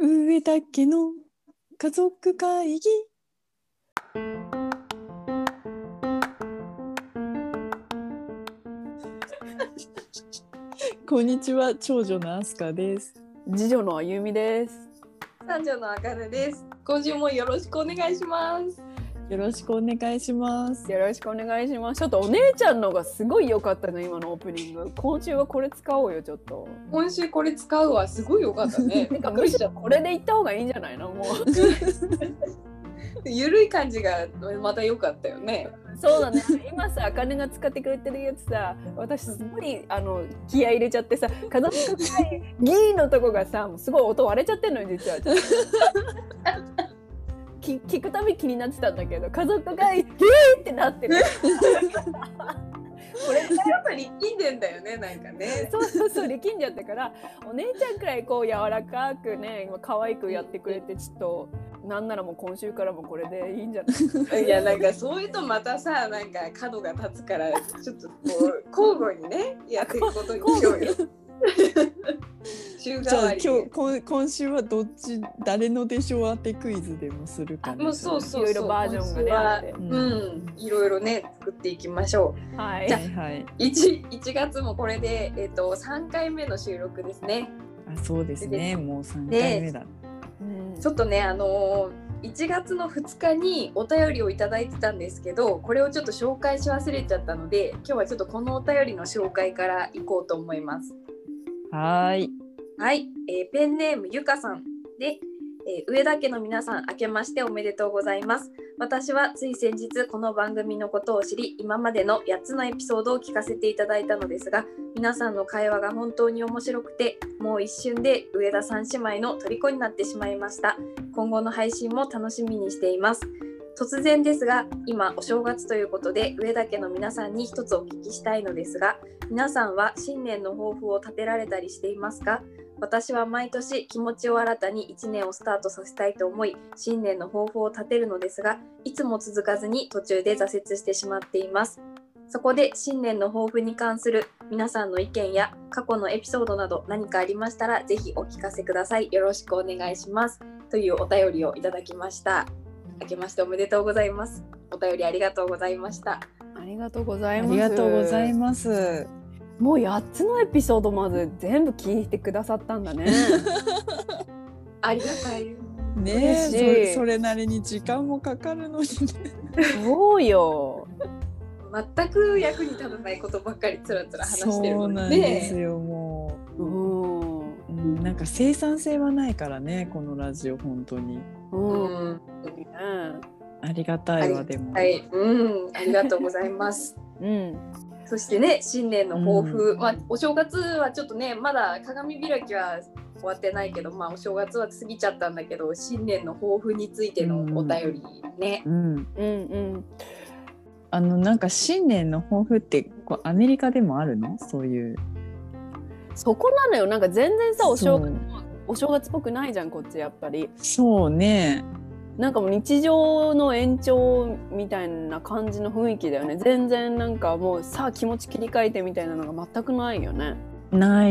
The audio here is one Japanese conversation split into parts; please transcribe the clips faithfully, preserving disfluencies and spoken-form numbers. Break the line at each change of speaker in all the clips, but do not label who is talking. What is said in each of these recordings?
上田家の家族会議。こんにちは、長女のあすかです。
次女のあゆみです。
三女のあかねです。今週もよろしくお願いします。
よろしくお願いします。
よろしくお願いします。ちょっとお姉ちゃんのがすごい良かったね、今のオープニング。今週はこれ使おうよ、ちょっと。
今週これ使うわ、すごい良かったね。
てかむしろこれで言った方がいいんじゃないの、もう。
ゆるい感じがまた良かったよね。
そうだね。今さ、あかねが使ってくれてるやつさ、私すごいあの気合い入れちゃってさ、家族会議のとこがさ、もうすごい音割れちゃってるのよ、実は。き聞くたび気になってたんだけど、家族会議ってなってる。
これやっぱり力んでんだよね、なんかね。
そうそうそう、力んじゃったから、お姉ちゃんくらいこう柔らかくね、今可愛くやってくれて、ちょっとなんならもう今週からもこれでいいんじゃない？
いや、なんかそういうとまたさ、なんか角が立つから、ちょっとこう交互にねやっていくことにしようよ。週替わりで。
じゃあ今日今今週はどっち誰のでしょう当てクイズでもするかな。
もうそうそうそう。
いろいろバージョンがねあって、
うん、いろいろね作っていきましょ
う。はい。
じゃあ、
はい、
いち, いちがつもこれでえっ、ー、とさんかいめの収録ですね。
あ、そうですね。もうさんかいめだ。
うん、ちょっとねあのー、いちがつのふつかにお便りをいただいてたんですけど、これをちょっと紹介し忘れちゃったので、今日はちょっとこのお便りの紹介からいこうと思います。
はい。
はい、えー、ペンネームゆかさんで、えー、上田家の皆さん、明けましておめでとうございます。私はつい先日この番組のことを知り、今までのやっつのエピソードを聞かせていただいたのですが、皆さんの会話が本当に面白くて、もう一瞬で上田三姉妹の虜になってしまいました。今後の配信も楽しみにしています。突然ですが、今お正月ということで上田家の皆さんに一つお聞きしたいのですが、皆さんは新年の抱負を立てられたりしていますか？私は毎年気持ちを新たにいちねんをスタートさせたいと思い、新年の抱負を立てるのですが、いつも続かずに途中で挫折してしまっています。そこで新年の抱負に関する皆さんの意見や過去のエピソードなど何かありましたらぜひお聞かせください。よろしくお願いします。というお便りをいただきました。明けましておめでとうございます。お便りありがとうございました。
ありがとうございます。
ありがとうございます。
もうやっつのエピソードまで全部聞いてくださったんだね。
ありがたい
ねえ、そ, それなりに時間もかかるのにね。
そうよ。
全く役に立たないことばっかりつらつら話してるのにね。
そうなんですよ、もう、うん、なんか生産性はないからね、このラジオ本当に。
うん、うん、
ありがたいわ。でも、
はい、うん、ありがとうございます。
うん。
そしてね、新年の抱負、うん、まあ、お正月はちょっとね、まだ鏡開きは終わってないけど、まあ、お正月は過ぎちゃったんだけど、新年の抱負についてのお便りね。
うんうんうん、あのなんか新年の抱負ってこうアメリカでもあるの？そういう。
そこなのよ。なんか全然さ、お正月お正月っぽくないじゃん、こっちやっぱり。
そうね。
なんかもう日常の延長みたいな感じの雰囲気だよね。全然なんかもうさあ気持ち切り替えてみたいなのが全くないよね。
ない。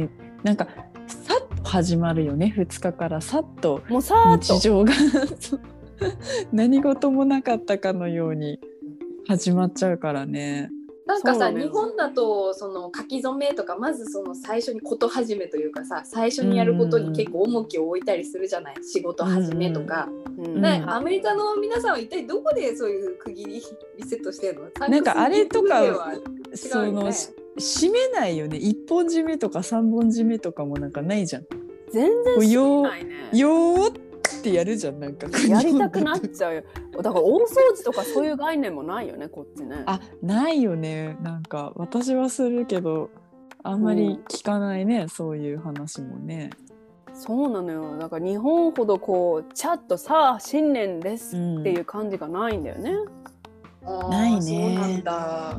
なんかさっと始まるよね。ふつかからさっと
もうさーっと
日常が何事もなかったかのように始まっちゃうからね。
なんかさ、日本だとその書き初めとか、まずその最初にこと始めというかさ、最初にやることに結構重きを置いたりするじゃない、仕事始めとか、うんうん、ね、アメリカの皆さんは一体どこでそういう区切りリセットしてるの？
なんかあれとか
違うよね。
その締めないよね。一本締めとか三本締めとかもなんかないじゃん。
全然締めないね。
よーってやるじゃん、なんか
やりたくなっちゃうよ。だから大掃除とかそういう概念もないよね、こっちね。
あ、ないよね。なんか私はするけどあんまり聞かないね、うん、そういう話もね。
そうなのよ。だから日本ほどこうチャッとさあ新年ですっていう感じがないんだよね。
うん、
ないね。
そうなんだ。
うん。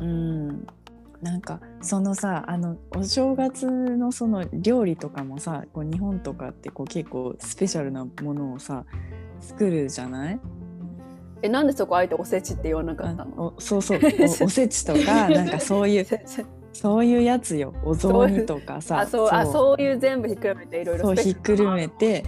なんかそのさ、あのお正月のその料理とかもさ、こう日本とかってこう結構スペシャルなものをさ作るじゃない？
え、なんでそこあえておせちって言わなかったの？
おそうそうお, おせちとかなんかそういうそういうやつよ。お雑煮とかさ、
あ、そう、あ、そういう全部ひっくるめていろいろ
そうひっくるめて、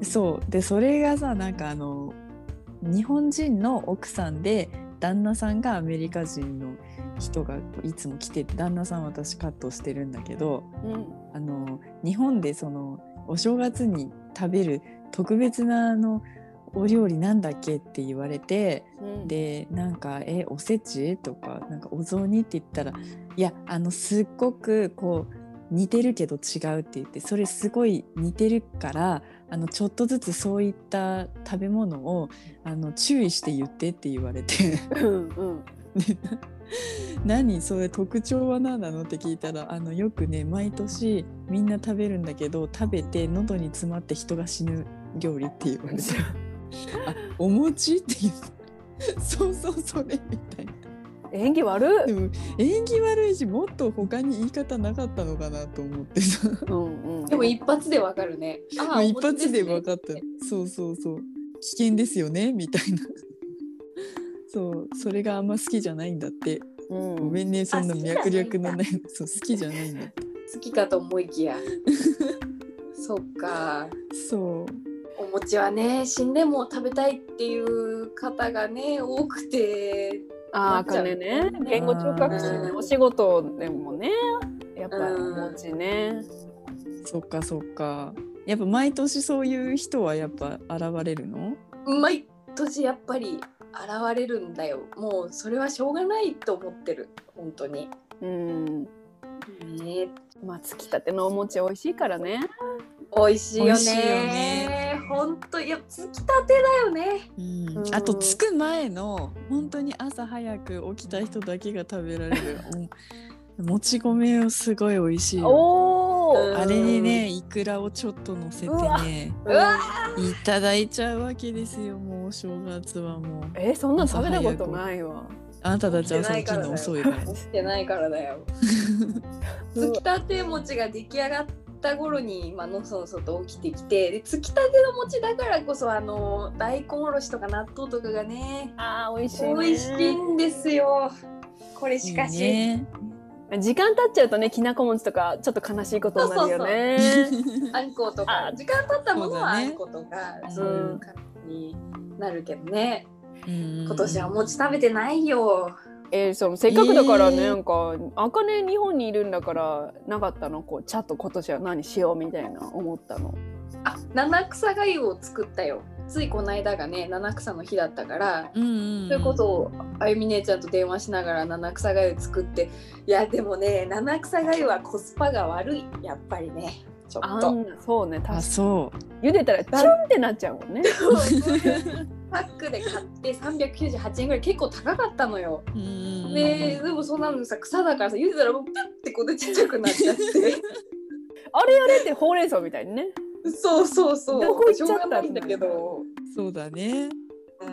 そうでそれがさなんかあの日本人の奥さんで旦那さんがアメリカ人の人がいつも来てて、旦那さん私カットしてるんだけど、
うん、
あの日本でそのお正月に食べる特別なあのお料理なんだっけって言われて、うん、でなんかえおせちとかなんかお雑煮って言ったら、いやあのすっごくこう似てるけど違うって言って、それすごい似てるからあのちょっとずつそういった食べ物をあの注意して言ってって言われてうん、うん何それ特徴は何なのって聞いたら、あのよくね毎年みんな食べるんだけど食べて喉に詰まって人が死ぬ料理って言われてあお餅って言ってそうそうそれみたいな。
縁起悪い。
でも縁起悪いし、もっと他に言い方なかったのかなと思ってさ、うん、
うん、でも一発でわかるね。
ああ一発でわかった。そうそうそう危険ですよねみたいなそうそれがあんま好きじゃないんだって、うん、ごめんねそんな脈略のないそう好きじゃないんだって
好きかと思いきやそっか。
そう
お餅はね死んでも食べたいっていう方がね多くて、
ああかねね言語聴覚士のお仕事でもねやっぱお餅ね、
うん、そっかそっか。やっぱ毎年そういう人はやっぱ現れるの？
毎年やっぱり現れるんだよ。もうそれはしょうがないと思ってる本当に。うん
ね、まあつきたてのお餅美味しいからね。
美味しいよね。美味しいよね。本当いやつきたてだよね。
うん、あとつく前の本当に朝早く起きた人だけが食べられるもち米をすごい美味しいよ。おーあれにねイクラをちょっと乗せてねうわいただいちゃうわけですよ。もうお正月はもう
えそんなの食べたことないわ。
あなたたち朝起きるの遅いから。
起きてないからだよ。つきたて餅が出来上がった頃に、まあのそのそと起きてきて、でつきたての餅だからこそあの大根おろしとか納豆とかがね、
あー美味しいね。
美味しいんですよ。これしかし。いいね、
時間経っちゃうとねきなこ餅とかちょっと悲しいことになるよね。
そうそうそうあんことか時間経ったものはあんことかそういう感じになるけどね。今年は餅食べてないよ。
えー、そのせっかくだからね、えー、なんかあかね日本にいるんだからなかったのこうちゃんと今年は何しようみたいな思ったの。
あ七草がゆを作ったよ。ついこの間がね七草の日だったから、うんうんうん、そういうことをあゆみ姉ちゃんと電話しながら七草がゆ作って、いやでもね七草がゆはコスパが悪いやっぱりね。ちょっと
あそうね確かに。
そう
茹でたらチュンってなっちゃうもんね。
パックで買ってさんびゃくきゅうじゅうはちえんぐらい結構高かったのよ。で, でもそんなのさ草だからさ茹でたらもうピュッてこうでちっちゃくなっちゃって
あれあれってほうれん草みたいにね。
そうそうそう
どこ行っちゃった
んだけど。
そうだね、うん、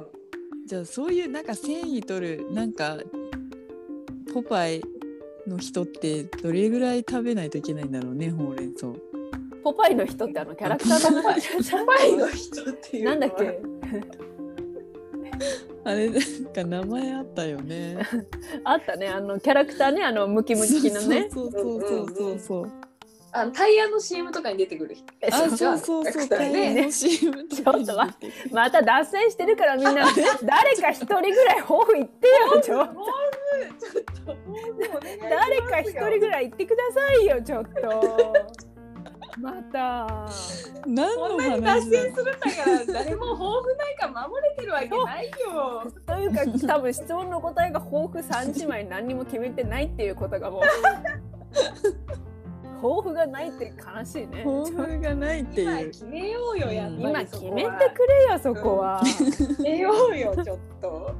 じゃあそういうなんか繊維取るなんかポパイの人ってどれぐらい食べないといけないんだろうねほうれん草。
ポパイの人ってあのキャラクターの
ポパイの人っていうのは
なんだっけ
あれなんか名前あったよね
あったねあのキャラクターねあのムキムキのね
そうそうそうそうそう
あのタイヤの シーエム とかに出てくる人。
あそうそうそうタイヤの シーエム とかに出てくる。ちょっと
ままた脱線してるからみんな誰か一人ぐらい抱負言ってよちょっと誰か一人ぐらい言ってくださいよちょっとまた
何の話だ。
こんなに脱線するんだから誰も抱負なんか守れてるわけないよ
というか多分質問の答えが抱負さん姉妹何にも決めてないっていうことがもう抱負がないって悲しいね。
抱負がないっていう。
今決めようよやっぱり、
今決めてくれよそこは。
決めようよちょっと。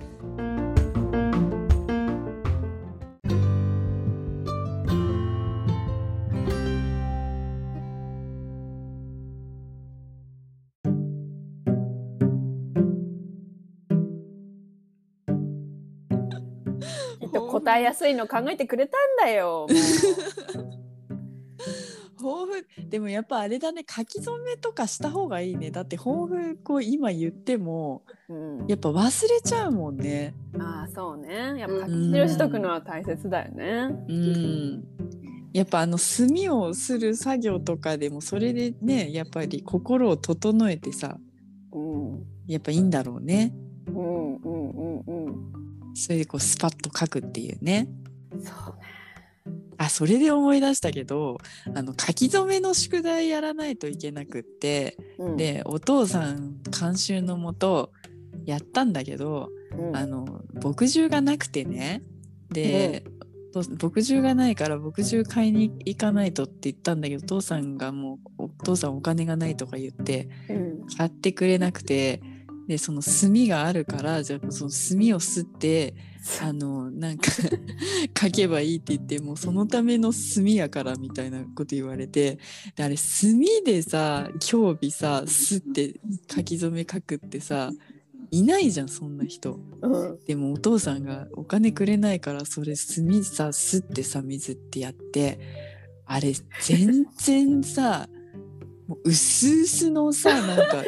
答えやすいの考えてくれたんだよ。
抱負でもやっぱあれだね書き初めとかした方がいいね。だって抱負こう今言っても、うん、やっぱ忘れちゃうもんね。
ああそうねやっぱ書き記しとくのは大切だよね。
うん、うん、 やっぱあの墨をする作業とかでもそれでねやっぱり心を整えてさ、うん、やっぱいいんだろうね。うんうんうんうん。それでこうスパッと書くっていうね。そうね。あ、それで思い出したけど、あの書き初めの宿題やらないといけなくって、うん、でお父さん監修のもとやったんだけど、うん、あの墨汁がなくてね、で、うん、墨汁がないから墨汁買いに行かないとって言ったんだけど、お父さんがもうお父さんお金がないとか言って買ってくれなくて、でその墨があるからじゃあその墨を吸ってあのなんか書けばいいって言って、もうそのための墨やからみたいなこと言われて、であれ墨でさ今日日さ吸って書き初め書くってさいないじゃんそんな人、うん、でもお父さんがお金くれないからそれ墨さ吸ってさ水ってやって、あれ全然さもう薄々のさなんか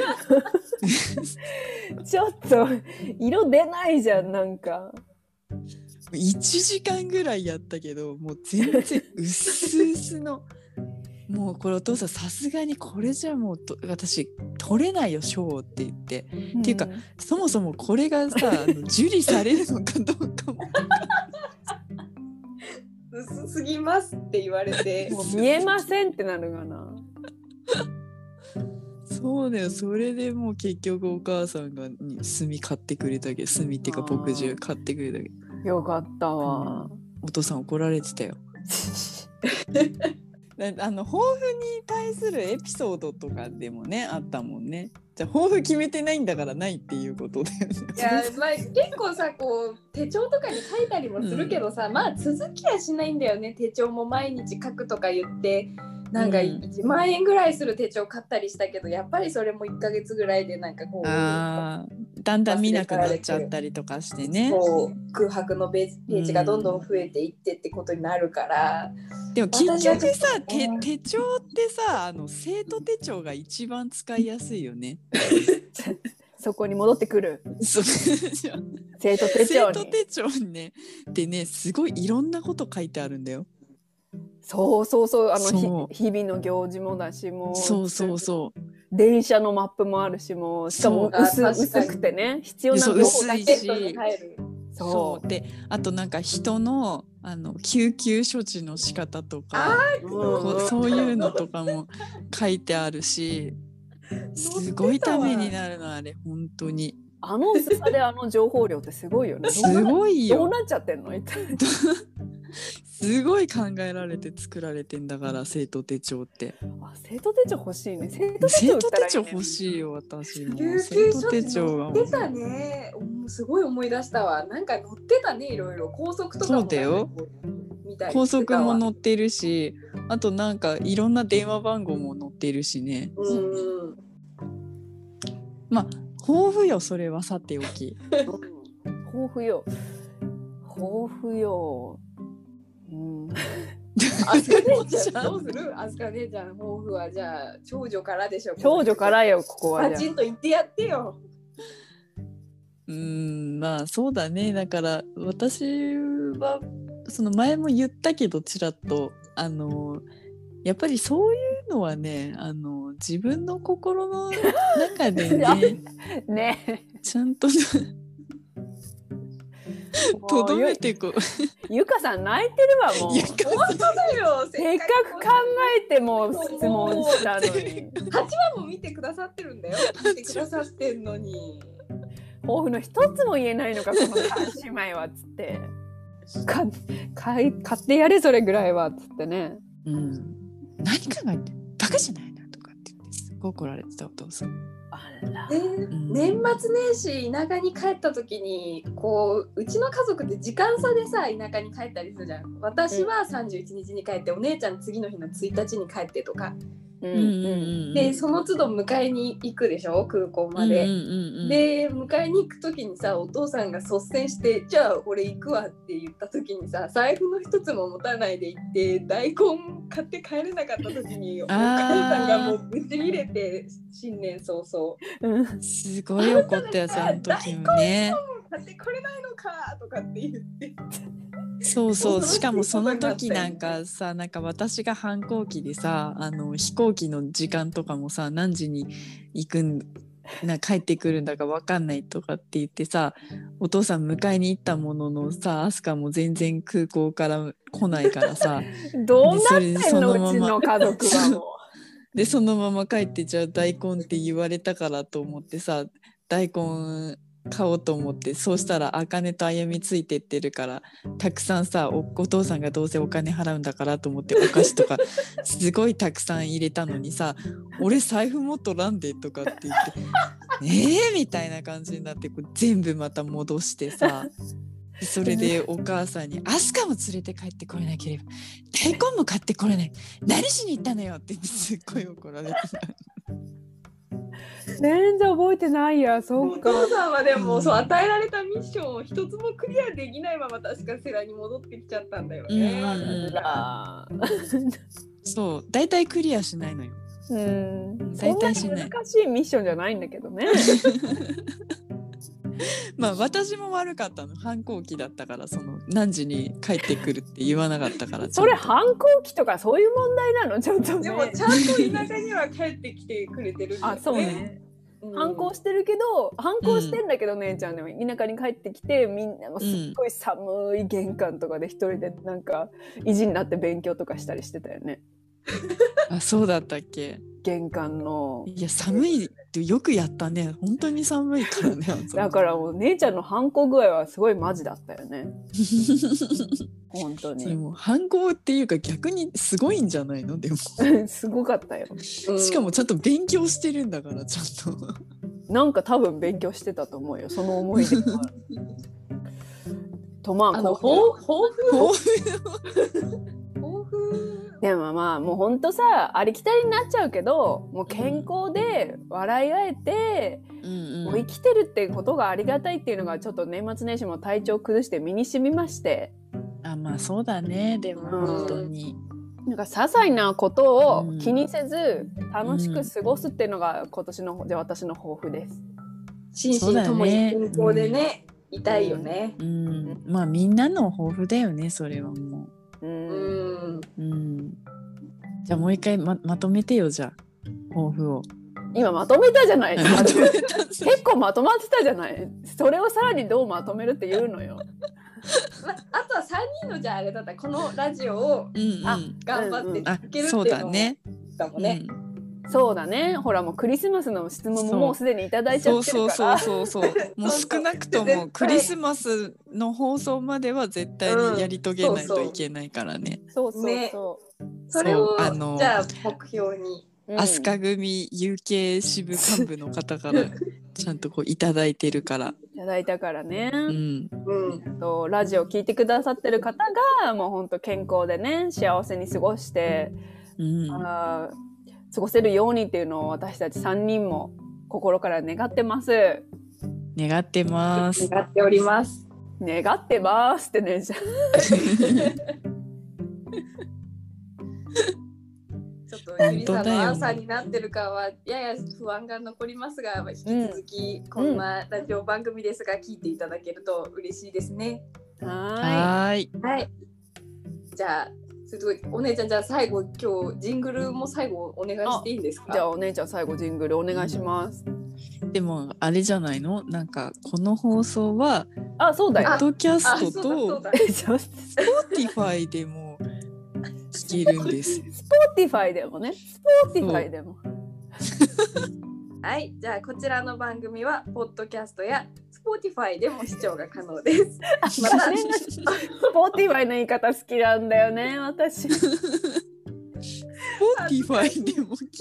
ちょっと色出ないじゃん。なんか
いちじかんぐらいやったけどもう全然薄々のもうこれお父さんさすがにこれじゃもうと私取れないよ賞って言って、うん、っていうかそもそもこれがさ受理されるのかどうかも
薄すぎますって言われて
もう見えませんってなるかな。
そうだよ。それでもう結局お母さんが墨買ってくれたけど、墨っていうか墨汁買ってくれたけど
よかったわ、
うん、お父さん怒られてたよあの抱負に対するエピソードとかでもねあったもんね。じゃあ抱負決めてないんだからないっていうことだよね。
いや、まあ、結構さこう手帳とかに書いたりもするけどさ、うん、まあ続きはしないんだよね。手帳も毎日書くとか言ってなんかいちまんえんぐらいする手帳買ったりしたけど、やっぱりそれもいっかげつぐらいでなんかこう
あだんだん見なくなっちゃったりとかしてね、
こう空白のページがどんどん増えていってってことになるから、
うん、でも結局さ手, 手帳ってさあの生徒手帳が一番使いやすいよね
そこに戻ってくる
そう
生徒手帳に
生徒手帳にねでねすごいいろんなこと書いてあるんだよ。
そうそうそうあの日々の行事もだしもう
そうそうそう
電車のマップもあるしもしかも 薄, 薄くてね必要な情報だけ
に入る。そうであとなんか人のあの救急処置の仕方とかこうそういうのとかも書いてあるしすごいためになるのあれ本当に。
あの薄さであの情報量ってすごいよね。
すごいよ。
どうなっちゃってんの
すごい考えられて作られてんだから生徒手帳って。
あ生徒手帳欲しいね。生徒
手帳売ったらいいね。生徒手帳欲しいよ私も。生徒手帳が
載ってたね。すごい思い出したわ。なんか載ってたねいろいろ高速とかも。
そうだよ。高速も載ってるし、あとなんかいろんな電話番号も載ってるしね。うん。まあ抱負よそれはさておき。
抱負よ。抱負よ。うん。
あすか姉ちゃんどうする？あすか姉ちゃん抱負はじゃあ長女からでしょ。
長女からよここは。
パチンと言ってやってよ。
うーんまあそうだね。だから私はその前も言ったけどちらっとあのやっぱりそういうのはねあの自分の心の中でね
ね
ちゃんととどめてこう
ゆかさん泣いてるわもう。
本当だよ。
せっかく考えても質問したのに。はち
わも見てくださってるんだよ。見てくださってんのに。
抱負の一つも言えないのかこの三姉妹はっつって。かかい買ってやれそれぐらいはっつってね。
うん。何考えてバカじゃないなとかって言ってすごい怒られてたお父さん。
あら、
ねうん、年末年始田舎に帰った時にこううちの家族って時間差でさ田舎に帰ったりするじゃん。私はさんじゅういちにちに帰ってお姉ちゃん次の日のついたちに帰ってとか、うんうん、でその都度迎えに行くでしょ空港まで、うんうんうん、で迎えに行く時にさお父さんが率先してじゃあ俺行くわって言った時にさ財布の一つも持たないで行って大根買って帰れなかった時にお母さんがもうぶち切れて新年早々、
うん、すごい怒ったよその時もね。
大根買ってこれないのかとかって言って
そうそう、しかもその
恐ろしい
時なんかさ、なんか私が反抗期でさ、あの飛行機の時間とかもさ、何時に行くんな帰ってくるんだか分かんないとかって言ってさ、お父さん迎えに行ったもののさ、アスカも全然空港から来ないからさ
どうなって
で
ん
それでそのまま
のうちの家族はも
でそのまま帰って、じゃあ大根って言われたからと思ってさ、大根買おうと思って、そうしたらあかねとあゆみついてってるから、たくさんさ お, お父さんがどうせお金払うんだからと思ってお菓子とかすごいたくさん入れたのにさ、俺財布も取らんでとかって言ってえーみたいな感じになって、こう全部また戻してさ、それでお母さんにアスカも連れて帰ってこれなければ大根も買ってこれない、何しに行ったのよって言ってすっごい怒られてた。
全然覚えてないや。そう
お
か。
父さんはでも、
うん、
そう与えられたミッションを一つもクリアできないまま確かセラに戻ってきちゃったんだよね。
うんうんうん、
あ
そう大体クリアしないのよ。
うん
大体しない。
難しいミッションじゃないんだけどね。
まあ私も悪かったの、反抗期だったから、その何時に帰ってくるって言わなかったから。
それ反抗期とかそういう問題なの？ちょっとね。
でもちゃんと田舎には帰ってきてくれてるんだよね。
あ、そうね。
うん、
反抗してるけど、反抗してんだけど、姉ちゃんでも田舎に帰ってきて、みんなもすっごい寒い玄関とかで一人でなんか意地になって勉強とかしたりしてたよね。
あ、そうだったっけ？
玄関の。
いや寒いってよくやったね。本当に寒いからね。
だからもう姉ちゃんの反抗具合はすごいマジだったよね。本当に。
もう反抗っていうか逆にすごいんじゃないの？でも
すごかったよ。
しかもちゃんと勉強してるんだから、ちゃんと。
なんか多分勉強してたと思うよ。その思い出がある。とまあ、
あの
こう
抱負
でもまあもうほんとさ、ありきたりになっちゃうけど、もう健康で笑い合えて、うんうん、もう生きてるってことがありがたいっていうのがちょっと年末年始も体調崩して身に染みまして。
あ、まあそうだね。でも本当に、
うん、なんか些細なことを気にせず楽しく過ごすっていうのが今年のじゃ私の抱負です。
心身ともに健康でね、うん、いたいよね、
うんうん、まあみんなの抱負だよね、それはもう。
うん
うん、じゃあもう一回 ま, まとめてよ、じゃあ抱負を。
今まとめたじゃない結構まとまってたじゃない。それをさらにどうまとめるって言うのよ。
ま、あとはさんにんのじゃああれだったらこのラジオを、うんうん、あ頑張って続けるっていうのも、うんうん、そうだね、だもね、
うん、そうだね。ほらもうクリスマスの質問ももうすでにいただいちゃってるから、
そうそうそうそうそうもう少なくともクリスマスの放送までは絶対にやり遂げないといけないからね。
そうそうそう、ね、
それをあのじゃあ目標に
飛鳥組有形支部幹部の方からちゃんとこういただいてるから
いただいたからね、
うん
うん、とラジオ聞いてくださってる方がもうほんと健康でね幸せに過ごして、うん、あ過ごせるようにっていうのを私たちさんにんも心から願ってます。
願ってます
願っております
願ってますってねじゃん
ちょっとゆりさんの朝になってるかはやや不安が残りますが、引き続きこんなラジオ番組ですが聞いていただけると嬉しいですね。
はい。
はい。じゃあすごいお姉ちゃん、じゃあ最後今日ジングルも最後お願いしていいんですか？
じゃあお姉ちゃん最後ジングルお願いします。
でもあれじゃないの？なんかこの放送は
あ、そうだよ。
ポッドキャストと Spotify でも聞けるんです。
Spotify でもね。Spotify でも。
はい、じゃあこちらの番組はポッドキャストやSpotify でも視聴が可能です。また
Spotify の言い方好きなんだよね、私。
Spotify でも聞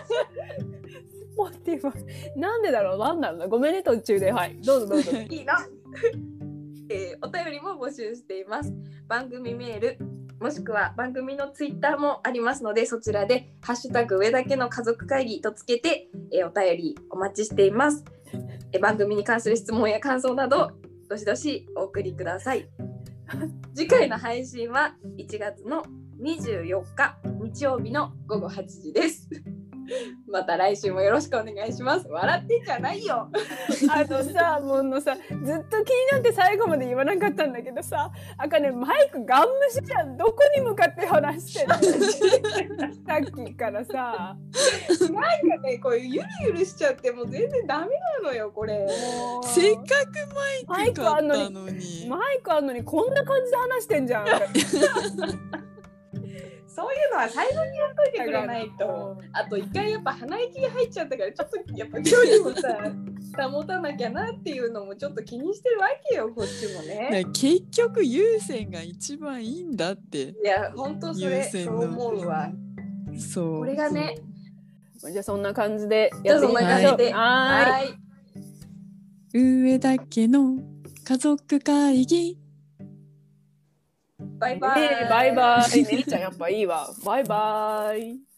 ける。Spotify なんでだろう、なんだろうな。ごめんね途中で、はい、どうぞどうぞ。
いいな。えー、お便りも募集しています。番組メールもしくは番組のツイッターもありますので、そちらでハッシュタグ上だけの家族会議とつけて、えー、お便りお待ちしています。えー、番組に関する質問や感想などどしどしお送りください。次回の配信はいちがつのにじゅうよっか日曜日のごごはちじです。 また来週もよろしくお願いします。笑ってんじゃないよ。
あのさ、もうさ、ずっと気になって最後まで言わなかったんだけどさ、あかね、マイクガン無視じゃん。どこに向かって話してるのさっきからさ。
なんかね、こういうゆるゆるしちゃってもう全然ダメなのよ、これ。
せっかくマイク買ったのに。
マイクあんのにこんな感じで話してんじゃん。
そういうのは最後にやっといてくれないと。あと一回やっぱ鼻息が入っちゃったからちょっとやっぱ距離をさ保たなきゃなっていうのもちょっと気にしてるわけよ、こっちもね。
結局有線が一番いいんだって。
いや本当それそう思うわ。
そう。
これがね。
じゃあそんな感じでやっていきましょう。はい。
上田家の家族会議。
バイバイ。
バイバイ。ねりちゃんやっぱいいわ。バイバイ。